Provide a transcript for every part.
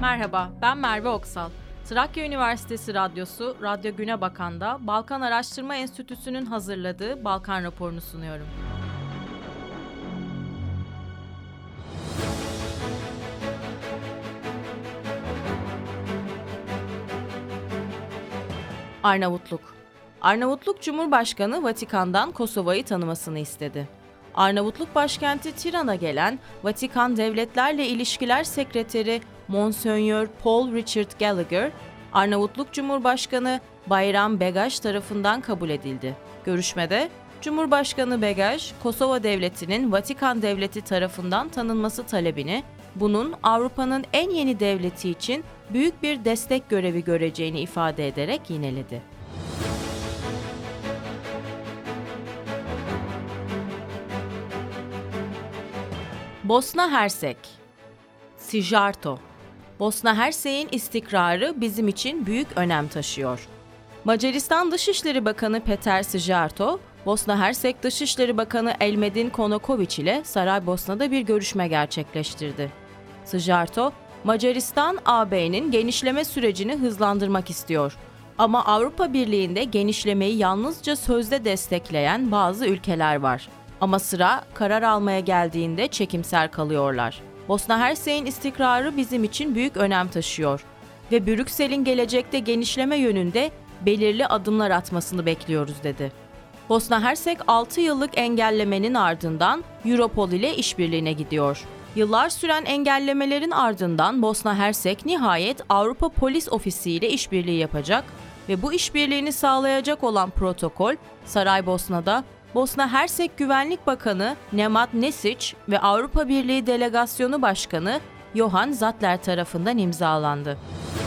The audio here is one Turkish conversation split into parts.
Merhaba, ben Merve Oksal. Trakya Üniversitesi Radyosu, Radyo Güne Bakan'da Balkan Araştırma Enstitüsü'nün hazırladığı Balkan raporunu sunuyorum. Arnavutluk Cumhurbaşkanı Vatikan'dan Kosova'yı tanımasını istedi. Arnavutluk başkenti Tiran'a gelen Vatikan Devletlerle İlişkiler Sekreteri Monsignor Paul Richard Gallagher, Arnavutluk Cumhurbaşkanı Bayram Begaj tarafından kabul edildi. Görüşmede Cumhurbaşkanı Begaj, Kosova Devleti'nin Vatikan Devleti tarafından tanınması talebini, bunun Avrupa'nın en yeni devleti için büyük bir destek görevi göreceğini ifade ederek yineledi. Bosna Hersek. Sijarto. Bosna Hersek'in istikrarı bizim için büyük önem taşıyor. Macaristan Dışişleri Bakanı Peter Sijarto, Bosna Hersek Dışişleri Bakanı Elmedin Konaković ile Saraybosna'da bir görüşme gerçekleştirdi. Sijarto, Macaristan, AB'nin genişleme sürecini hızlandırmak istiyor. Ama Avrupa Birliği'nde genişlemeyi yalnızca sözde destekleyen bazı ülkeler var. Ama sıra karar almaya geldiğinde çekimser kalıyorlar. Bosna Hersek'in istikrarı bizim için büyük önem taşıyor ve Brüksel'in gelecekte genişleme yönünde belirli adımlar atmasını bekliyoruz, dedi. Bosna Hersek 6 yıllık engellemenin ardından Europol ile işbirliğine gidiyor. Yıllar süren engellemelerin ardından Bosna Hersek nihayet Avrupa Polis Ofisi ile işbirliği yapacak ve bu işbirliğini sağlayacak olan protokol Saraybosna'da Bosna Hersek Güvenlik Bakanı Nemad Nesić ve Avrupa Birliği Delegasyonu Başkanı Johan Zattler tarafından imzalandı.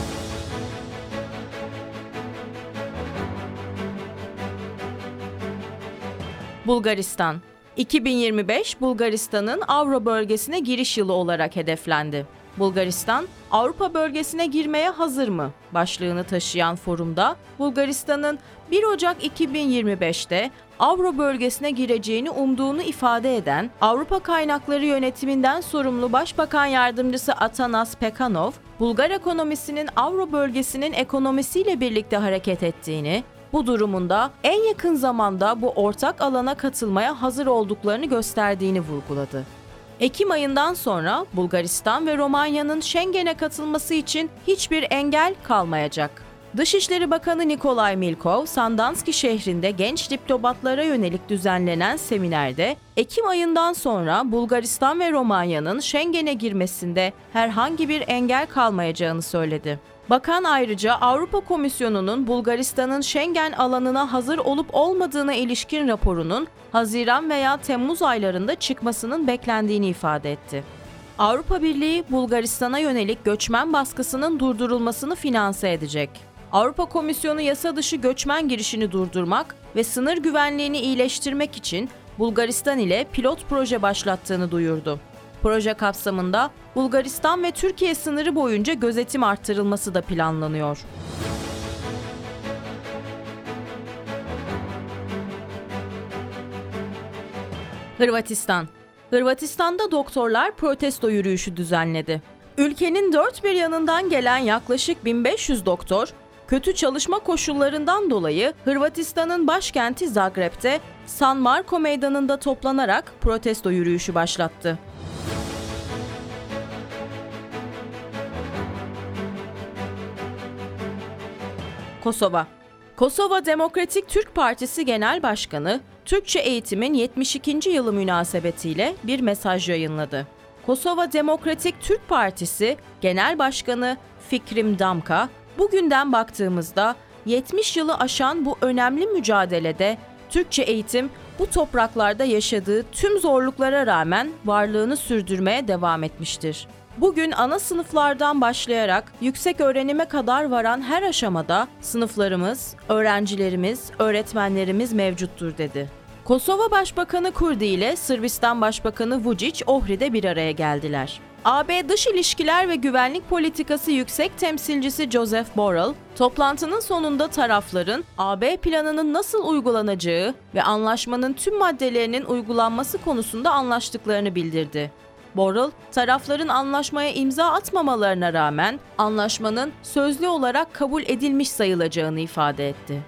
Bulgaristan. 2025 Bulgaristan'ın Avro bölgesine giriş yılı olarak hedeflendi. Bulgaristan, Avrupa bölgesine girmeye hazır mı? Başlığını taşıyan forumda Bulgaristan'ın 1 Ocak 2025'te Avro bölgesine gireceğini umduğunu ifade eden Avrupa Kaynakları Yönetiminden sorumlu Başbakan Yardımcısı Atanas Pekanov, Bulgar ekonomisinin Avro bölgesinin ekonomisiyle birlikte hareket ettiğini, bu durumunda en yakın zamanda bu ortak alana katılmaya hazır olduklarını gösterdiğini vurguladı. Ekim ayından sonra Bulgaristan ve Romanya'nın Schengen'e katılması için hiçbir engel kalmayacak. Dışişleri Bakanı Nikolay Milkov, Sandanski şehrinde genç diplomatlara yönelik düzenlenen seminerde, Ekim ayından sonra Bulgaristan ve Romanya'nın Schengen'e girmesinde herhangi bir engel kalmayacağını söyledi. Bakan ayrıca Avrupa Komisyonu'nun Bulgaristan'ın Schengen alanına hazır olup olmadığına ilişkin raporunun Haziran veya Temmuz aylarında çıkmasının beklendiğini ifade etti. Avrupa Birliği, Bulgaristan'a yönelik göçmen baskısının durdurulmasını finanse edecek. Avrupa Komisyonu yasa dışı göçmen girişini durdurmak ve sınır güvenliğini iyileştirmek için Bulgaristan ile pilot proje başlattığını duyurdu. Proje kapsamında Bulgaristan ve Türkiye sınırı boyunca gözetim arttırılması da planlanıyor. Hırvatistan'da doktorlar protesto yürüyüşü düzenledi. Ülkenin dört bir yanından gelen yaklaşık 1500 doktor, kötü çalışma koşullarından dolayı Hırvatistan'ın başkenti Zagreb'te San Marko Meydanı'nda toplanarak protesto yürüyüşü başlattı. Kosova Demokratik Türk Partisi Genel Başkanı, Türkçe eğitimin 72. yılı münasebetiyle bir mesaj yayınladı. Kosova Demokratik Türk Partisi Genel Başkanı Fikrim Damka, bugünden baktığımızda 70 yılı aşan bu önemli mücadelede Türkçe eğitim bu topraklarda yaşadığı tüm zorluklara rağmen varlığını sürdürmeye devam etmiştir. Bugün ana sınıflardan başlayarak yüksek öğrenime kadar varan her aşamada sınıflarımız, öğrencilerimiz, öğretmenlerimiz mevcuttur, dedi. Kosova Başbakanı Kurdi ile Sırbistan Başbakanı Vučić Ohri'de bir araya geldiler. AB Dış İlişkiler ve Güvenlik Politikası Yüksek Temsilcisi Joseph Borrell, toplantının sonunda tarafların AB planının nasıl uygulanacağı ve anlaşmanın tüm maddelerinin uygulanması konusunda anlaştıklarını bildirdi. Borrell, tarafların anlaşmaya imza atmamalarına rağmen anlaşmanın sözlü olarak kabul edilmiş sayılacağını ifade etti.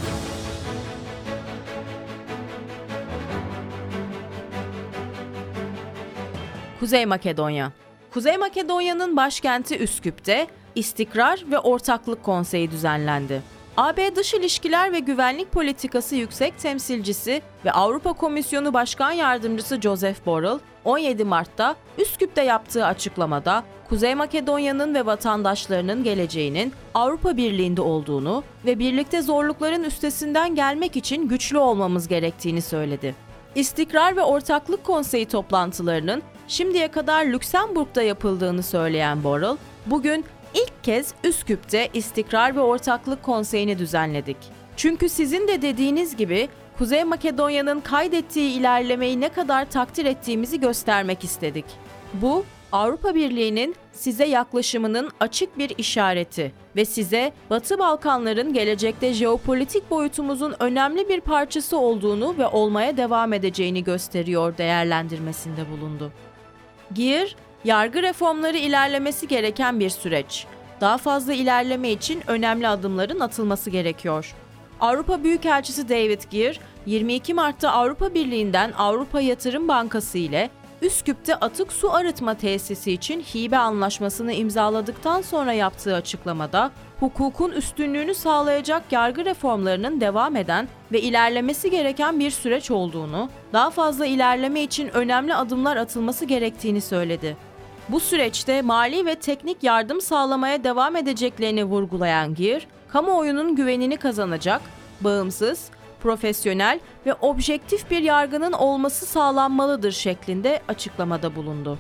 Kuzey Makedonya. Kuzey Makedonya'nın başkenti Üsküp'te İstikrar ve Ortaklık Konseyi düzenlendi. AB Dış İlişkiler ve Güvenlik Politikası Yüksek Temsilcisi ve Avrupa Komisyonu Başkan Yardımcısı Joseph Borrell, 17 Mart'ta Üsküp'te yaptığı açıklamada Kuzey Makedonya'nın ve vatandaşlarının geleceğinin Avrupa Birliği'nde olduğunu ve birlikte zorlukların üstesinden gelmek için güçlü olmamız gerektiğini söyledi. İstikrar ve Ortaklık Konseyi toplantılarının şimdiye kadar Lüksemburg'da yapıldığını söyleyen Borrell, bugün İlk kez Üsküp'te İstikrar ve Ortaklık Konseyi'ni düzenledik. Çünkü sizin de dediğiniz gibi Kuzey Makedonya'nın kaydettiği ilerlemeyi ne kadar takdir ettiğimizi göstermek istedik. Bu, Avrupa Birliği'nin size yaklaşımının açık bir işareti ve size Batı Balkanların gelecekte jeopolitik boyutumuzun önemli bir parçası olduğunu ve olmaya devam edeceğini gösteriyor değerlendirmesinde bulundu. GİR, yargı reformları ilerlemesi gereken bir süreç. Daha fazla ilerleme için önemli adımların atılması gerekiyor. Avrupa Büyükelçisi David Gear, 22 Mart'ta Avrupa Birliği'nden Avrupa Yatırım Bankası ile Üsküp'te atık su arıtma tesisi için hibe anlaşmasını imzaladıktan sonra yaptığı açıklamada, hukukun üstünlüğünü sağlayacak yargı reformlarının devam eden ve ilerlemesi gereken bir süreç olduğunu, daha fazla ilerleme için önemli adımlar atılması gerektiğini söyledi. Bu süreçte mali ve teknik yardım sağlamaya devam edeceklerini vurgulayan Gear, kamuoyunun güvenini kazanacak, bağımsız, profesyonel ve objektif bir yargının olması sağlanmalıdır şeklinde açıklamada bulundu.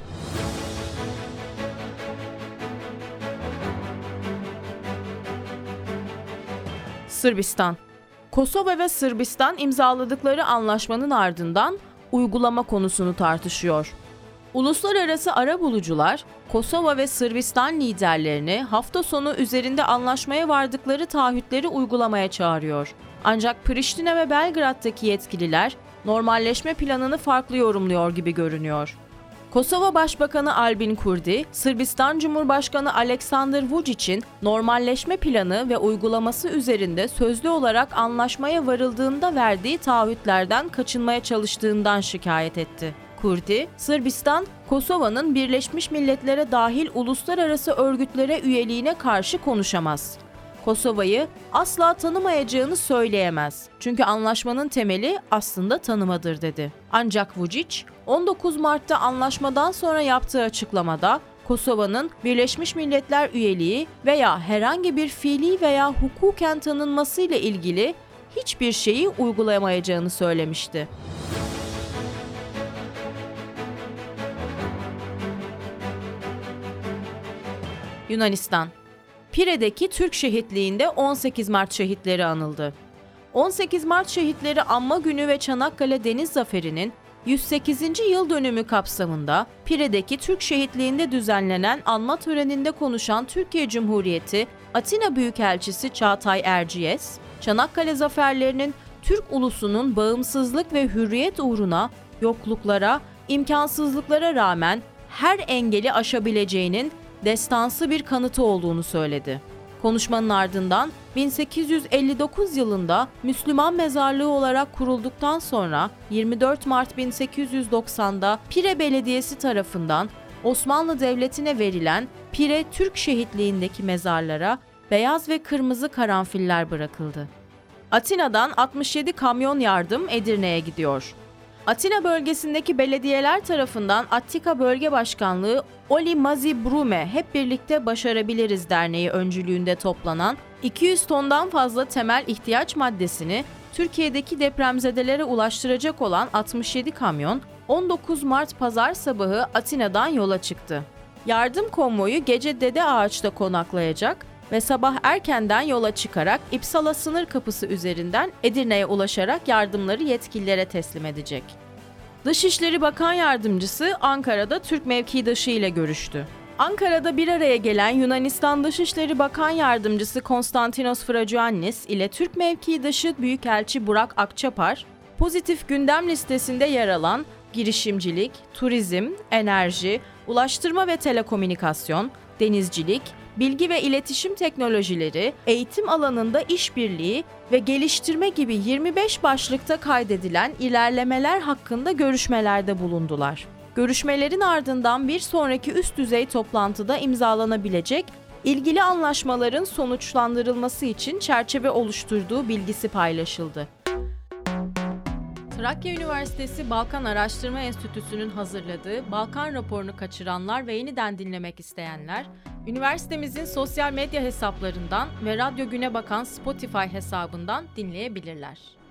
Sırbistan. Kosova ve Sırbistan imzaladıkları anlaşmanın ardından uygulama konusunu tartışıyor. Uluslararası arabulucular, Kosova ve Sırbistan liderlerini hafta sonu üzerinde anlaşmaya vardıkları taahhütleri uygulamaya çağırıyor. Ancak Priştine ve Belgrad'daki yetkililer normalleşme planını farklı yorumluyor gibi görünüyor. Kosova Başbakanı Albin Kurti, Sırbistan Cumhurbaşkanı Aleksandar Vučić'in normalleşme planı ve uygulaması üzerinde sözlü olarak anlaşmaya varıldığında verdiği taahhütlerden kaçınmaya çalıştığından şikayet etti. Kurti, Sırbistan, Kosova'nın Birleşmiş Milletler'e dahil uluslararası örgütlere üyeliğine karşı konuşamaz. Kosova'yı asla tanımayacağını söyleyemez. Çünkü anlaşmanın temeli aslında tanımadır dedi. Ancak Vučić, 19 Mart'ta anlaşmadan sonra yaptığı açıklamada Kosova'nın Birleşmiş Milletler üyeliği veya herhangi bir fiili veya hukuken tanınması ile ilgili hiçbir şeyi uygulayamayacağını söylemişti. Yunanistan. Pire'deki Türk şehitliğinde 18 Mart şehitleri anıldı. 18 Mart şehitleri anma günü ve Çanakkale Deniz Zaferi'nin 108. yıl dönümü kapsamında Pire'deki Türk şehitliğinde düzenlenen anma töreninde konuşan Türkiye Cumhuriyeti Atina Büyükelçisi Çağatay Erciyes, Çanakkale zaferlerinin Türk ulusunun bağımsızlık ve hürriyet uğruna yokluklara, imkansızlıklara rağmen her engeli aşabileceğinin destansı bir kanıtı olduğunu söyledi. Konuşmanın ardından 1859 yılında Müslüman mezarlığı olarak kurulduktan sonra 24 Mart 1890'da Pire Belediyesi tarafından Osmanlı Devleti'ne verilen Pire Türk Şehitliği'ndeki mezarlara beyaz ve kırmızı karanfiller bırakıldı. Atina'dan 67 kamyon yardım Edirne'ye gidiyor. Atina bölgesindeki belediyeler tarafından Attika Bölge Başkanlığı Oli Mazi Brume Hep Birlikte Başarabiliriz Derneği öncülüğünde toplanan 200 tondan fazla temel ihtiyaç maddesini Türkiye'deki depremzedelere ulaştıracak olan 67 kamyon 19 Mart pazar sabahı Atina'dan yola çıktı. Yardım konvoyu gece Dede Ağaç'ta konaklayacak ve sabah erkenden yola çıkarak İpsala sınır kapısı üzerinden Edirne'ye ulaşarak yardımları yetkililere teslim edecek. Dışişleri Bakan Yardımcısı Ankara'da Türk mevkidaşı ile görüştü. Ankara'da bir araya gelen Yunanistan Dışişleri Bakan Yardımcısı Konstantinos Fragioannis ile Türk mevkidaşı Büyükelçi Burak Akçapar, pozitif gündem listesinde yer alan girişimcilik, turizm, enerji, ulaştırma ve telekomünikasyon, denizcilik, bilgi ve iletişim teknolojileri, eğitim alanında işbirliği ve geliştirme gibi 25 başlıkta kaydedilen ilerlemeler hakkında görüşmelerde bulundular. Görüşmelerin ardından bir sonraki üst düzey toplantıda imzalanabilecek ilgili anlaşmaların sonuçlandırılması için çerçeve oluşturduğu bilgisi paylaşıldı. Trakya Üniversitesi Balkan Araştırma Enstitüsü'nün hazırladığı Balkan raporunu kaçıranlar ve yeniden dinlemek isteyenler, üniversitemizin sosyal medya hesaplarından ve Radyo Güne Bakan Spotify hesabından dinleyebilirler.